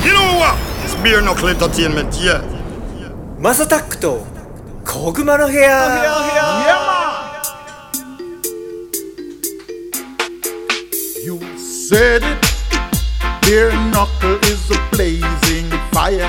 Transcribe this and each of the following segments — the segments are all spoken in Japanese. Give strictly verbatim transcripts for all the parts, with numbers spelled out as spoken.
You know what? It's Beer Knuckle Entertainment, yeah. マサタックと小熊の部屋。 You said it. Beer Knuckle is a blazing fire.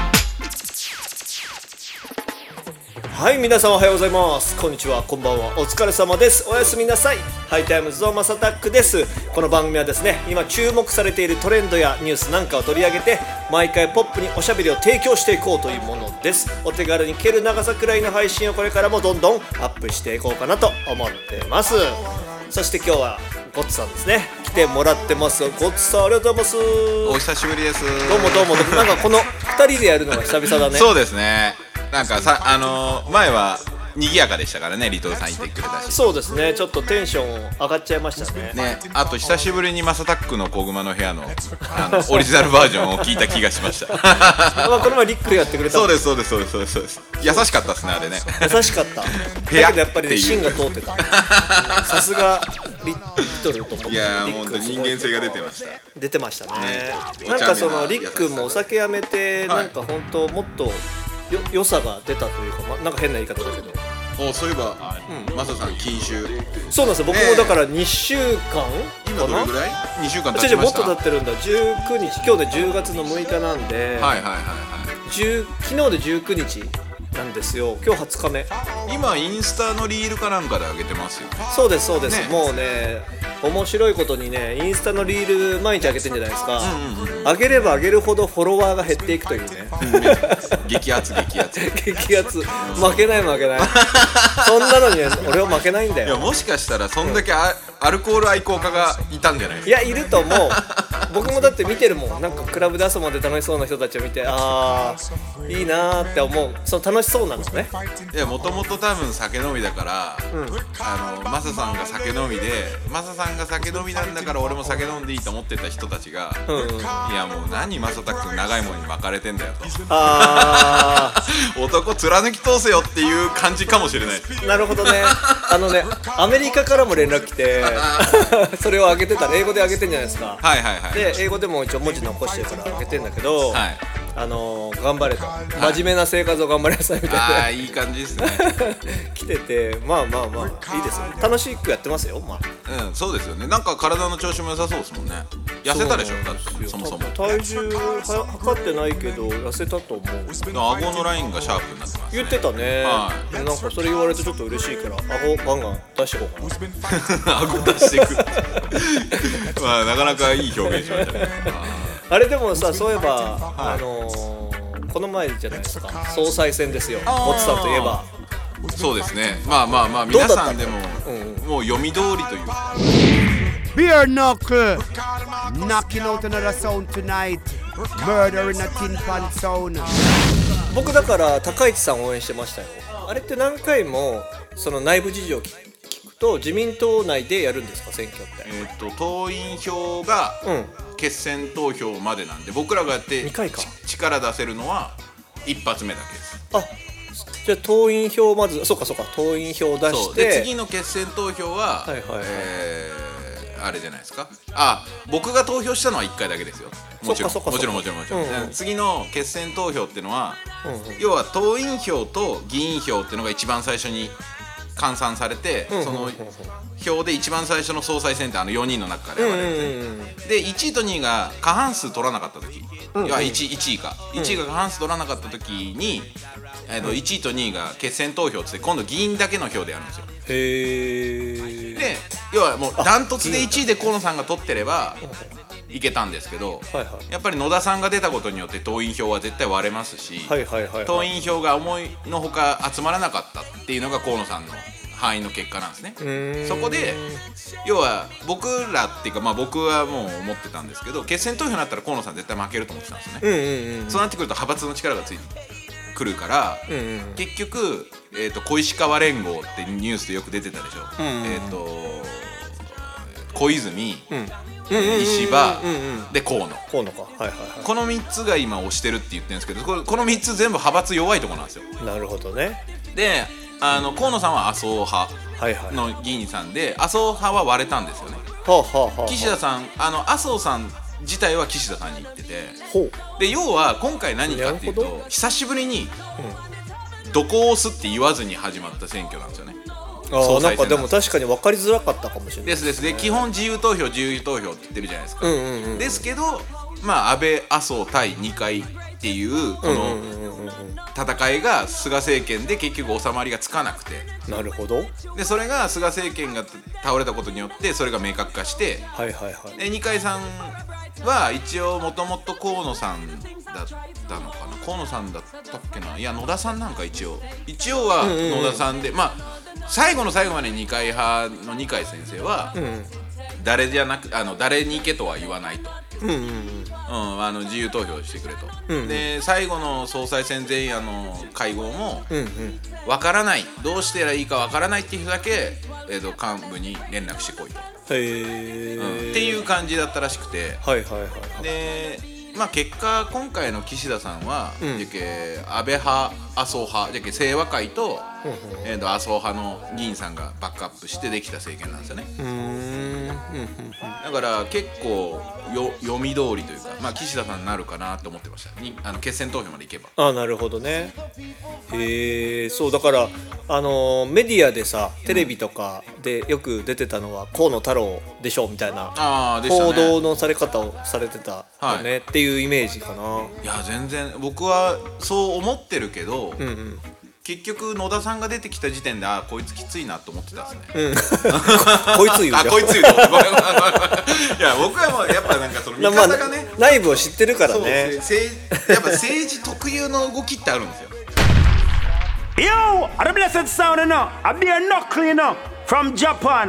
はい、皆さんおはようございます。こんにちは、こんばんは、お疲れ様です。おやすみなさい。ハイタイムズのマサタックです。この番組はですね、今注目されているトレンドやニュースなんかを取り上げて、毎回ポップにおしゃべりを提供していこうというものです。お手軽に聞ける長さくらいの配信をこれからもどんどんアップしていこうかなと思ってます。そして今日はゴッツさんですね、来てもらってます。ゴッツさんありがとうございます。 お久しぶりです。 どうもどうも。なんかこのふたりでやるのが久々だね。 そうですね。なんかさ、あのー、前は賑やかでしたからね、リトルさんいてくれたし。 そうですね、ちょっとテンション上がっちゃいましたね。 ね、あと久しぶりにマサタックの小熊の部屋のあのオリジナルバージョンを聞いた気がしました。 まあこの前リックやってくれた。 そうですそうですそうですそうですそうです。優しかったですね、あれね。 優しかった。だけどやっぱりね、芯が通ってた。さすがリトルと思って。 いやー、ほんと人間性が出てました。 出てましたね。 ね、 なんかそのリックもお酒やめて、 はい、 なんか本当もっとよ良さが出たというか、ま、なんか変な言い方だけど。 お、そういえば、うん、マサさん禁酒。 そうなんですよ。僕もだからにしゅうかん今どれぐらい？にしゅうかん経ち違う違う、 ました。 もっと経ってるんだ。じゅうくにち、今日でじゅうがつのむいかなんで、 はいはいはいはい。 昨日でじゅうくにちなんですよ。今日はつかめ。 今インスタのリールかなんかで上げてますよ。 そうですそうです、 ね、 もうね、面白いことにね、インスタのリール毎日上げてんじゃないですか、 うんうんうん、 上げれば上げるほどフォロワーが減っていくというね。 激アツ激アツ激アツ、負けない負けない。そんなのに俺は負けないんだよ。 いや、もしかしたらそんだけ ア,、うん、アルコール愛好家がいたんじゃないですか。 いや、いると思う。僕もだって見てるもん。なんかクラブで朝まで楽しそうな人たちを見て、あーいいなーって思う。その楽しそうなのね。 いや、もともと多分酒飲みだから、うん、あのマサさんが酒飲みで、マサさんが酒飲みなんだから俺も酒飲んでいいと思ってた人たちが、うんうん、いやもう何マサタック長いものに巻かれてんだよと。あ男貫き通せよっていう感じかもしれない。 なるほどね。あのね、アメリカからも連絡来てそれを上げてたら英語で上げてんじゃないですか。 はいはいはい。で英語でも一応文字残してるから上げてんだけど、はい、あのー、頑張れと、はい、真面目な生活を頑張りなさいみたいな。 ああ、いい感じですね。 来てて、まあまあまあいいですよ。楽しくやってますよ。まあ、 うん、そうですよね。なんか体の調子も良さそうですもんね。痩せたでしょ、だってそもそも。 体重は測ってないけど痩せたと思う。 顎のラインがシャープになってます、ね。 言ってたね。はい。なんかそれ言われてちょっと嬉しいから顎ガンガン出していこうかな。 顎出していく。まあなかなかいい表現しましたね。 あれでもさ、そういえば、はい、あのー、この前じゃないですか、総裁選ですよ。モツさんといえば。 そうですね。まあまあまあ皆さんでも、うん、もう読み通りというか。 Beer Knuckle knocking out another sound tonight. Murder in a tin pan sound. 僕だから高市さん応援してましたよ。あれって何回もその内部事情を聞くと自民党内でやるんですか、選挙って。 えっと党員票が決選投票までなんで、僕らがやってにかいか力出せるのは一発目だけです。 あ、じゃあ党員票まず、そうかそうか、党員票出して、 で次の決選投票は、はいはいはい、えー、あれじゃないですか。あ、僕が投票したのはいっかいだけですよ。もちろんもちろんもちろんもちろん、うんうん、次の決選投票っていうのは、うんうん、要は党員票と議員票っていうのが一番最初に換算されて、うんうん、その票で一番最初の総裁選ってあのよにんの中から選ばれて、うんうんうん、でいちいとにいが過半数取らなかった時、うんうん、いや 1, いちいか、うん、いちいが過半数取らなかった時に、えー、といちいとにいが決選投票って今度議員だけの票でやるんですよ。 へー。 で要はもうダントツでいちいで河野さんが取ってればいけたんですけど、はいはい、やっぱり野田さんが出たことによって党員票は絶対割れますし、はいはいはいはい、党員票が思いのほか集まらなかったっていうのが河野さんの範囲の結果なんですね。そこで要は僕らっていうか、まあ僕はもう思ってたんですけど、決選投票になったら河野さん絶対負けると思ってたんですよね、うんうんうん、そうなってくると派閥の力がついてくるから、うんうん、結局、えーと、小石河連合ってニュースでよく出てたでしょ、うんうんうん、えーと小泉、うん、石破、うんうん、で河野、 河野か、はいはいはい、 このみっつが今推してるって言ってるんですけど、こ, このみっつ全部派閥弱いところなんですよ。 なるほどね。 で、あの河野さんは麻生派の議員さんで、はいはい、麻生派は割れたんですよね。はあはあはあ、岸田さん、あの麻生さん自体は岸田さんに言ってて、 ほうで要は今回何かっていうと久しぶりにどこを押すって言わずに始まった選挙なんですよね。 あなんかでも確かに分かりづらかったかもしれないですですで基本自由投票自由投票って言ってるじゃないですか、うんうんうん、ですけどまあ安倍麻生対二階っていうこの戦いが菅政権で結局収まりがつかなくて、 なるほど。 でそれが菅政権が倒れたことによってそれが明確化して、 はいはいはい、 で二階さんは一応もともと河野さんだったのかな、河野さんだったっけな、いや野田さんなんか一応一応は野田さんで、うんうんうん、まあ最後の最後まで二階派の二階先生は、うん、誰じゃなくあの誰に行けとは言わないと、うんうんうんうん、あの自由投票してくれと、うんうん、で最後の総裁選前夜の会合も、うんうん、分からないどうしてらいいか分からないっていう人だけ、えー、と幹部に連絡してこいと、へー、うん、っていう感じだったらしくて、はいはいはいはい、でまあ結果今回の岸田さんは、うん、じゃけ安倍派麻生派じゃけ清和会と、うんうんえー、と麻生派の議員さんがバックアップしてできた政権なんですよね。うーんだから結構よ読み通りというか、まあ、岸田さんになるかなと思ってましたにあの決選投票までいけば。 あなるほどね。へえそうだからあのメディアでさテレビとかでよく出てたのは河野太郎でしょみたいな報道のされ方をされてたよね、はい、っていうイメージかな。 いや全然僕はそう思ってるけど、うんうん、結局野田さんが出てきた時点であこいつきついなと思ってたんですね、うん、 こいつ言うじゃんあこいつ言ういや僕はもうやっぱなんかその見方がね、 まあ、内部を知ってるからねやっぱ政治特有の動きってあるんですよ。 Yo, I'm the blessed sound enough. I'm beer knuckle enough from Japan.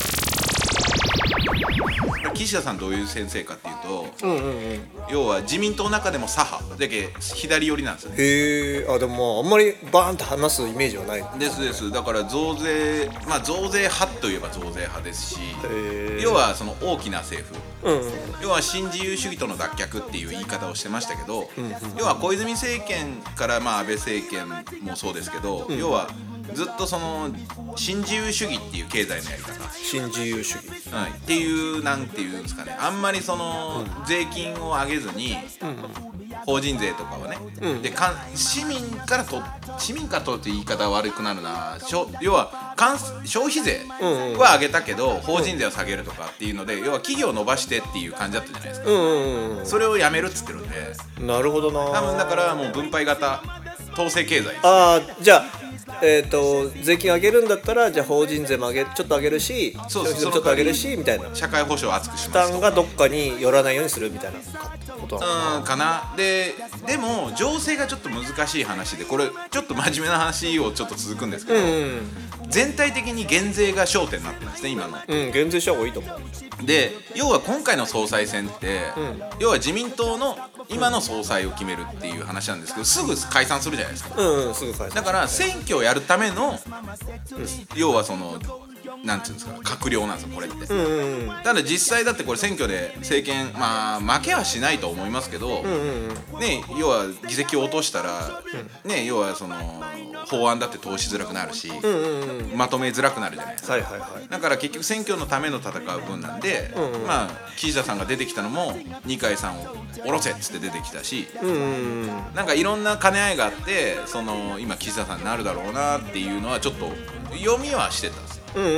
岸田さんどういう先生かっていうと、うんうんうん、要は自民党の中でも左派だけ左寄りなんですよね。 へえ、あでもあんまりバーンと話すイメージはない、 ですですだから増税まあ増税派といえば増税派ですし、要はその大きな政府、うんうん、要は新自由主義との脱却っていう言い方をしてましたけど、うんうん、要は小泉政権からまあ安倍政権もそうですけど、うん、要はずっとその新自由主義っていう経済のやり方、 新自由主義、 はい、っていうなんていうんですかね、あんまりその、うん、税金を上げずに、うん、法人税とかはね、うん、でか市民からと市民から取るって言い方は悪くなるな、要は消費税は上げたけど、うん、法人税を下げるとかっていうので、要は企業を伸ばしてっていう感じだったじゃないですか、うんうんうん、それをやめるっつってるんで。 なるほどな。 多分だからもう分配型統制経済です、ね、 ああじゃあえー、と税金上げるんだったらじゃあ法人税も上げちょっと上げるし消費税もちょっと上げるしみたいな社会保障を厚くします負担がどっかに寄らないようにするみたいなことなのかな。 うんかな。ででも情勢がちょっと難しい話で、これちょっと真面目な話をちょっと続くんですけど、うんうん、全体的に減税が焦点になってるんですね今の。 うん減税した方がいいと思う。 で要は今回の総裁選って、うん、要は自民党の今の総裁を決めるっていう話なんですけど、すぐ解散するじゃないですか。 うん、うん、すぐ解散。 だから選挙をやるための、うん、要はそのなんていうんですか閣僚なんですよこれって、うんうんうん、ただ実際だってこれ選挙で政権まあ負けはしないと思いますけど、うんうんうん、ね要は議席を落としたら、うん、ね要はその法案だって通しづらくなるし、うんうんうん、まとめづらくなるじゃないですか、はいはいはい、だから結局選挙のための戦う分なんで、うんうん、まあ岸田さんが出てきたのも二階さんを下ろせっつって出てきたし、うんうんうん、なんかいろんな兼ね合いがあってその今岸田さんになるだろうなっていうのはちょっと読みはしてたんですよ。うんうんうん、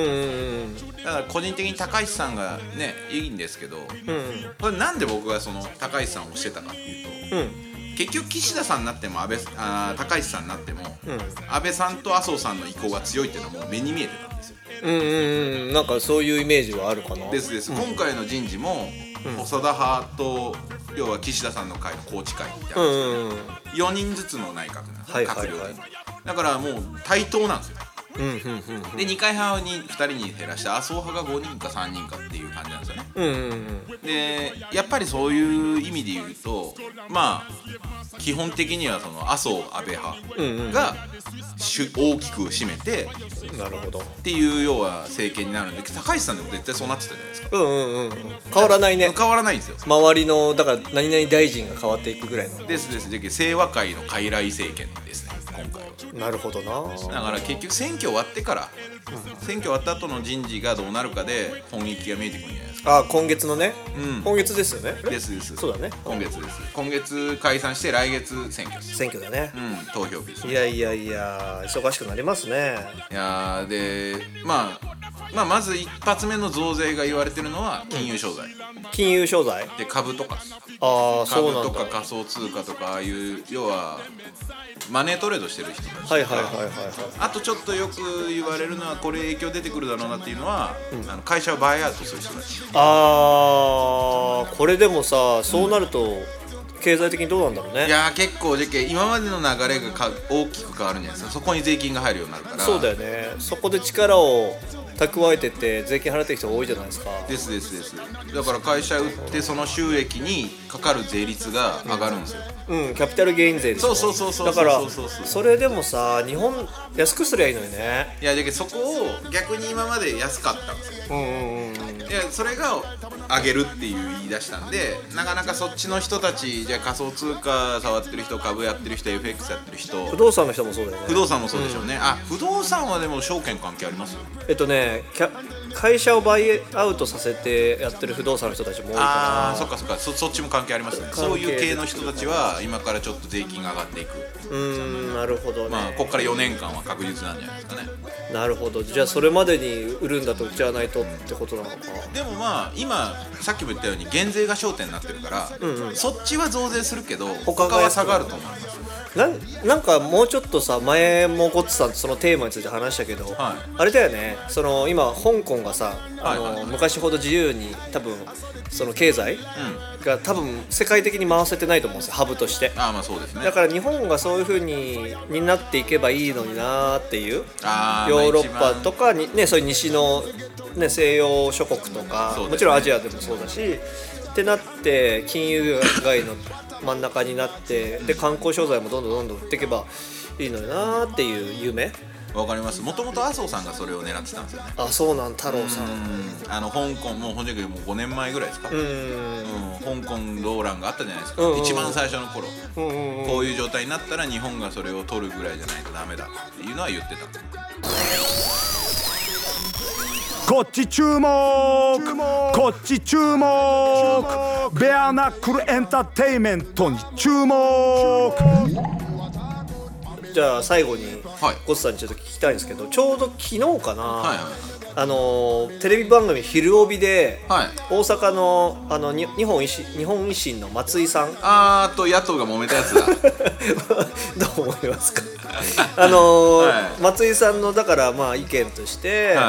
だから個人的に高市さんがねいいんですけど、うん、これなんで僕がその高市さんを推してたかっていうと、うん、結局岸田さんになっても安倍あ高市さんになっても、うん、安倍さんと麻生さんの意向が強いっていうのはもう目に見えてたんですよ。 うんうんうん、なんかそういうイメージはあるかな。 ですです、うん、今回の人事も、うん、細田派と要は岸田さんの会の宏池会みたいな、うんうんうん、よにんずつの内閣なんです、はいはいはい、閣僚でだからもう対等なんですよ。うんうんうんうん、で二階派にふたりに減らして麻生派がごにんかさんにんかっていう感じなんですよね、うんうんうん、でやっぱりそういう意味で言うとまあ基本的にはその麻生安倍派が、うんうん、大きく占めてなるほどっていうような政権になるんで、高市さんでも絶対そうなってたじゃないですか。 うんうんうん、変わらないね。 変わらないんですよ。 周りのだから何々大臣が変わっていくぐらいのですですで清和会の傀儡政権ですね。 今回は。 なるほどな。 だから結局選挙終わってから、うん、選挙終わった後の人事がどうなるかで本域が見えてくるんじゃないですか。 あ、今月のね、うん、今月ですよね。 ですです。 そうだね、 今月です。今月解散して来月選挙です。 選挙だね、 うん、投票日です。 いやいやいや忙しくなりますね。 いやで、まあまあ、まず一発目の増税が言われてるのは金融商材、 うん、金融商材で株とか、 ああ、そうなんだ。 株とか仮想通貨とか、ああいう要はマネートレードしてる人たちとか、 はいはいはいはいはい、 あとちょっとよく言われるのはこれ影響出てくるだろうなっていうのは、うん、あの会社をバイアウトする人たち。 ああ、これでもさ、そうなると、うん、経済的にどうなんだろうね。 いや結構じゃけ今までの流れがか大きく変わるんじゃないですか。そこに税金が入るようになるから。 そうだよね。そこで力を蓄えてって税金払ってる人が多いじゃないですか。 ですですです。だから会社売ってその収益にかかる税率が上がるんですよ。 うん、うん、キャピタルゲイン税でしょ。 そうそうそうそう。 だからそれでもさ、日本安くすりゃいいのにね。 いやだけどそこを逆に今まで安かったんですよ。うんうんうん。いやそれが上げるっていう言い出したんで、なかなかそっちの人たち、じゃあ仮想通貨触ってる人、株やってる人、エフエックス やってる人、 不動産の人もそうだよね。 不動産もそうでしょうね、うん、あ、不動産はでも証券関係あります？ えっとね、会社をバイアウトさせてやってる不動産の人たちも多いから。 ああ、そっかそっか、 そ, そっちも関係ありますね。そういう系の人たちは今からちょっと税金が上がっていく。 うーん、なるほどね。まあここからよねんかんは確実なんじゃないですかね。 なるほど。じゃあそれまでに売るんだと売っちゃわないとってことなのか。 でもまあ今さっきも言ったように減税が焦点になってるから、うんうん、そっちは増税するけど他は下がると思います。 な, なんかもうちょっとさ、前もゴッツさんとそのテーマについて話したけど、はい、あれだよね、その今香港がさ、あの、はいはいはい、昔ほど自由に多分その経済が多分世界的に回せてないと思うんですよ、ハブとして。 あ、まあそうですね。 だから日本がそういう風にになっていけばいいのになーっていう、 あ、 ヨーロッパとかに、ね、そういう西の、ね、西洋諸国とか、ね、もちろんアジアでもそうだしってなって、金融街の真ん中になって、で観光商材もどんどんどんどん売っていけばいいのになーっていう夢。 わかります。もともと麻生さんがそれを狙ってたんですよね。 あ、そうなん、太郎さん。 あの香港もうほんじゃけもうごねんまえぐらいですか。うん、うん、香港動乱があったじゃないですか。うんうん、一番最初の頃、うんうんうん、こういう状態になったら日本がそれを取るぐらいじゃないとダメだっていうのは言ってた。 こっち注目、こっち注目、ベアナックルエンターテイメントに注目。 じゃあ最後に、はい、ゴッツさんにちょっと聞きたいんですけど、ちょうど昨日かな、はいはい、あのテレビ番組「ひるおび」で、はい、大阪の、あの日本維新、日本維新の松井さん、 あーと野党が揉めたやつだどう思いますかあの、はい、松井さんのだからまあ意見として、はい、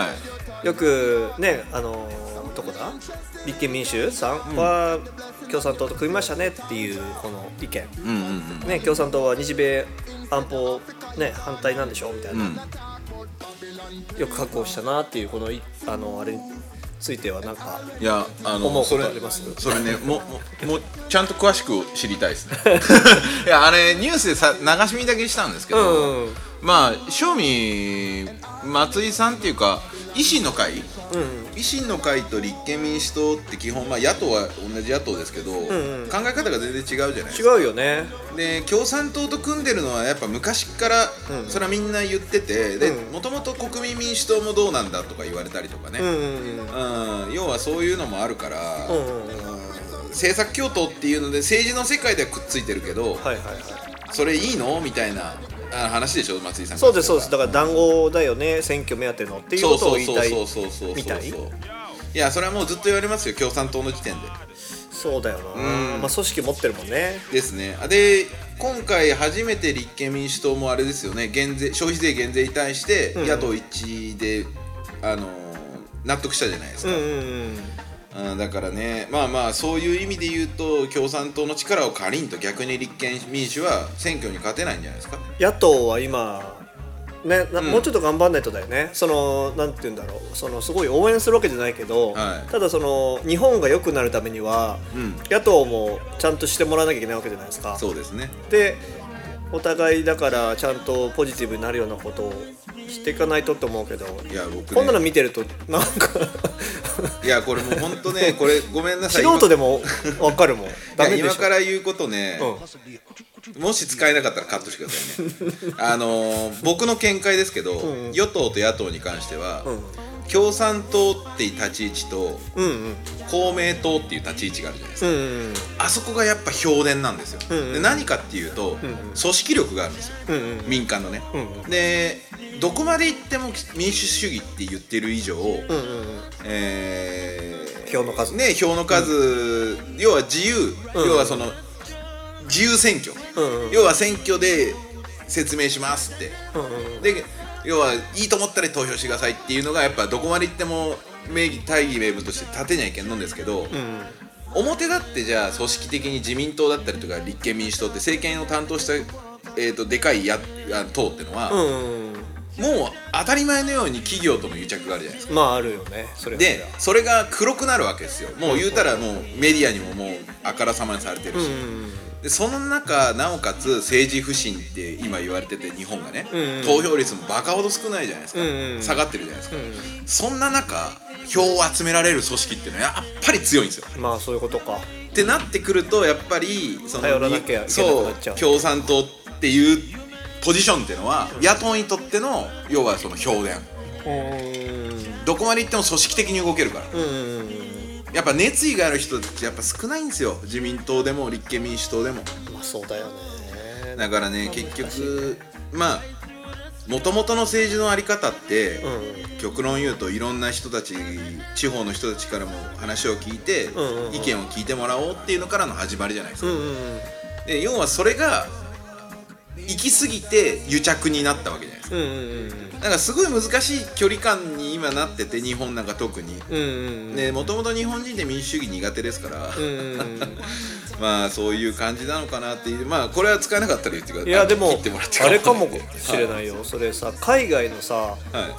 よくね、あのどこだ、立憲民主さんは共産党と組みましたねっていうこの意見、うんうんうん、ね、共産党は日米安保、ね、反対なんでしょみたいな、うん、よく確保したなっていうこのあのあれについてはなんかいやあの思うことあります？ それ、それねもももちゃんと詳しく知りたいですねいやあれニュースでさ流し見だけしたんですけど、うんうん、まあ正味松井さんっていうか維新の会、うん、維新の会と立憲民主党って基本、まあ、野党は同じ野党ですけど、うんうん、考え方が全然違うじゃないですか。 違うよね。 で共産党と組んでるのはやっぱ昔から、うん、それはみんな言ってて、でもともと国民民主党もどうなんだとか言われたりとかね、うんうんうん、要はそういうのもあるから、うんうんうん、政策共闘っていうので政治の世界ではくっついてるけど、はいはいはい、それいいのみたいなあ話でしょ、松井さん。 そうですそうです。だから談合だよね、選挙目当てのっていうことを言いたいみたい。いやそれはもうずっと言われますよ、共産党の時点で。 そうだよな、うん、まあ組織持ってるもんね。 ですね。で今回初めて立憲民主党もあれですよね、減税、消費税減税に対して野党一致で、うん、あの納得したじゃないですか。うんうんうん、だからね、まあまあそういう意味で言うと共産党の力を借りんと逆に立憲民主は選挙に勝てないんじゃないですか。 野党は今ね、うん、もうちょっと頑張んないとだよね。そのなんて言うんだろう、そのすごい応援するわけじゃないけど、はい、ただその日本が良くなるためには、うん、野党もちゃんとしてもらわなきゃいけないわけじゃないですか。 そうですね。 でお互いだからちゃんとポジティブになるようなことをしていかないとって思うけど、いや僕、ね、こんなの見てるとなんかいやこれもう本当ねこれごめんなさい素人でも分かるもんダメでしょ。 今から言うことね、うん、もし使えなかったらカットしてくださいねあのー、僕の見解ですけど、うん、与党と野党に関しては、うん、共産党っていう立ち位置と、うんうん、公明党っていう立ち位置があるじゃないですか、うんうん、あそこがやっぱ票田なんですよ、うんうん、で何かっていうと、うんうん、組織力があるんですよ、うんうん、民間のね、うんうん、でどこまで行っても民主主義って言ってる以上、うんうんうんえー、票の数ね票の数、うん、要は自由、うん、要はその自由選挙、うんうん、要は選挙で説明しますって、うんうん、で要はいいと思ったら投票してくださいっていうのがやっぱどこまで行っても名義大義名分として立てにはいけんのんですけど、うん、表だってじゃあ組織的に自民党だったりとか立憲民主党って政権を担当した、えー、とでかいや党っていうのは、うんうんもう当たり前のように企業との癒着があるじゃないですか。 まああるよねそれは。 でそれが黒くなるわけですよ。もう言うたらもうメディアにももうあからさまにされてるし、うん、でその中なおかつ政治不信って今言われてて日本がね、うん、投票率もバカほど少ないじゃないですか、うん、下がってるじゃないですか、うん、そんな中票を集められる組織っていうのはやっぱり強いんですよ。 まあそういうことかってなってくるとやっぱりその頼らなきゃいけなくなっちゃう。 そう共産党っていうポジションっていうのは、うん、野党にとっての要はその票田、どこまで行っても組織的に動けるから、うん、やっぱ熱意がある人ってやっぱ少ないんですよ。自民党でも立憲民主党でも。 まあそうだよね。 だからね結局まあ元々の政治の在り方って、うん、極論言うといろんな人たち地方の人たちからも話を聞いて、うんうんうん、意見を聞いてもらおうっていうのからの始まりじゃないですか、うんうんうん、で要はそれが行き過ぎて癒着になったわけじゃないですか、うんうんうん、だからすごい難しい距離感に今なってて日本なんか特に、うんうん、ね、もともと日本人って民主主義苦手ですから、うんうん、まあそういう感じなのかなっていう。まあこれは使えなかったら言ってください。 いやでもあれかもしれないよ、はい、それさ海外のさ、はい、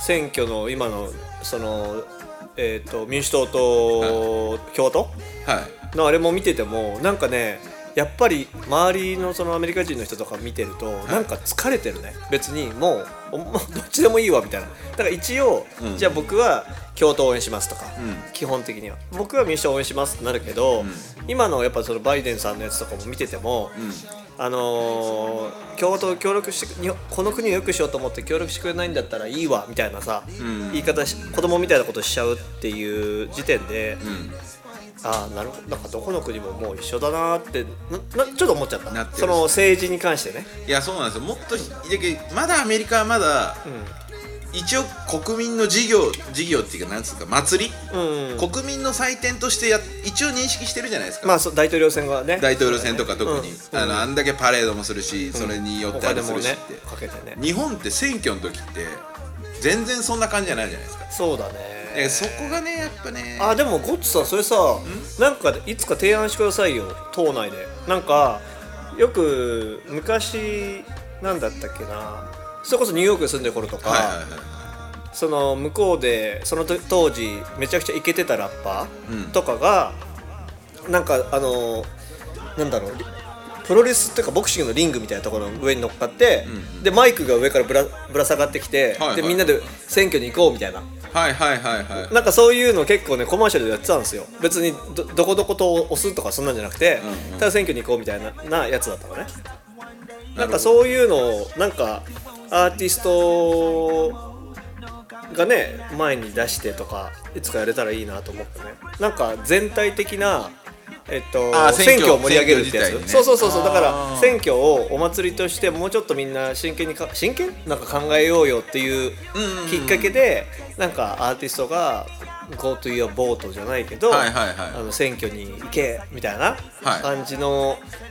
選挙の今のその、えーと、民主党と共和党、はい、のあれも見ててもなんかねやっぱり周りのそのアメリカ人の人とか見てると、はい、なんか疲れてるね。別にもうどっちでもいいわみたいな。だから一応、うん、じゃあ僕は共和党応援しますとか、うん、基本的には僕は民主党応援しますってなるけど、うん、今のやっぱそのバイデンさんのやつとかも見てても、うん、あのー、共和党協力してこの国を良くしようと思って協力してくれないんだったらいいわみたいなさ、うん、言い方し子供みたいなことしちゃうっていう時点で、うんああなるほど。なんかどこの国ももう一緒だなってななちょっと思っちゃった。その政治に関してね。いやそうなんですよ。もっとまだアメリカはまだ、うん、一応国民の事業事業っていうかなんつうか祭り、うんうん、国民の祭典としてや一応認識してるじゃないですか。 まあそう大統領選はね。 大統領選とか特に、うん、あのあんだけパレードもするし、うん、それによってあれするしって、 ね、かけてね。 日本って選挙の時って全然そんな感じじゃないじゃないですか。 そうだね。 そこがねやっぱねあでもゴッツさんそれさなんかいつか提案してくださいよ党内で。なんかよく昔なんだったっけなそれこそニューヨークに住んでる頃とか、はいはいはい、その向こうでその当時めちゃくちゃイケてたラッパーとかが、うん、なんかあのなんだろうプロレスっていうかボクシングのリングみたいなところの上に乗っかって、うん、でマイクが上からぶら、ぶら下がってきて、はいはい、でみんなで選挙に行こうみたいなはいはいはいはいなんかそういうの結構ねコマーシャルでやってたんですよ。別に ど, どこどこと押すとかそんなんじゃなくて、うんうん、ただ選挙に行こうみたい な, なやつだったのね。なんかそういうのをなんかアーティストがね前に出してとかいつかやれたらいいなと思ってね。なんか全体的なえっと、選挙を盛り上げるってやつ、ね、そうそうそうそう。だから選挙をお祭りとしてもうちょっとみんな真剣にか真剣なんか考えようよっていうきっかけでなんかアーティストが Go to your vote じゃないけど、はいはいはい、あの選挙に行けみたいな感じの、はい、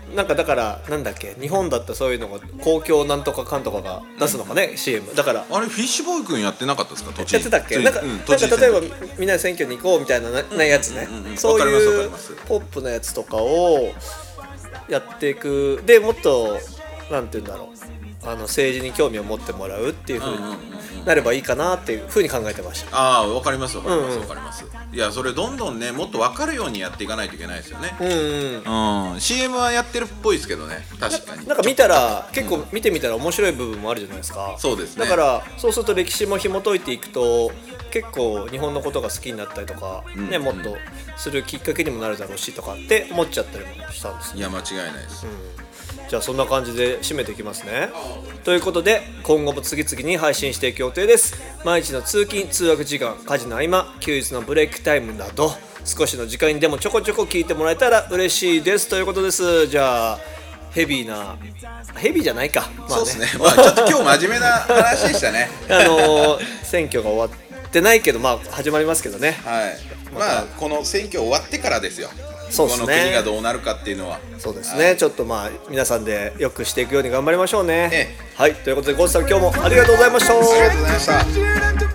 なんかだからなんだっけ日本だったらそういうのが公共なんとかかんとかが出すのかね、うん、シーエム だからあれフィッシュボーイ君やってなかったですか都知やってたっけなんか、うん、なんか例えばみんなで選挙に行こうみたいな、なやつね、うんうんうん、そういうポップなやつとかをやっていく。でもっとなんていうんだろうあの政治に興味を持ってもらうっていう風になればいいかなっていう風に考えてました。 ああ分かります分かります分かります、うんうん、いやそれどんどんねもっと分かるようにやっていかないといけないですよね。うんうん、うん、シーエム はやってるっぽいですけどね確かに な, なんか見たら結構見てみたら面白い部分もあるじゃないですか、 うん、そうですね。 だからそうすると歴史も紐解いていくと結構日本のことが好きになったりとか、うんね、もっとするきっかけにもなるだろうしとかって思っちゃったりもしたんです、ね、 いや間違いないです、 うん、じゃあそんな感じで締めていきますね。ということで今後も次々に配信していく予定です。毎日の通勤通学時間、家事の合間、休日のブレイクタイムなど少しの時間にでもちょこちょこ聞いてもらえたら嬉しいですということです。じゃあヘビーなヘビーじゃないか、 まあね、そうですね、まあ、ちょっと今日真面目な話でしたねあのー、選挙が終わってないけどまあ始まりますけどね。 はい、まあこの選挙終わってからですよ。 そうですね、 この国がどうなるかっていうのは。 そうですね、はい、ちょっとまあ皆さんでよくしていくように頑張りましょうね、 ええ、 はい、ということでゴースさん今日もありがとうございました。 ありがとうございました。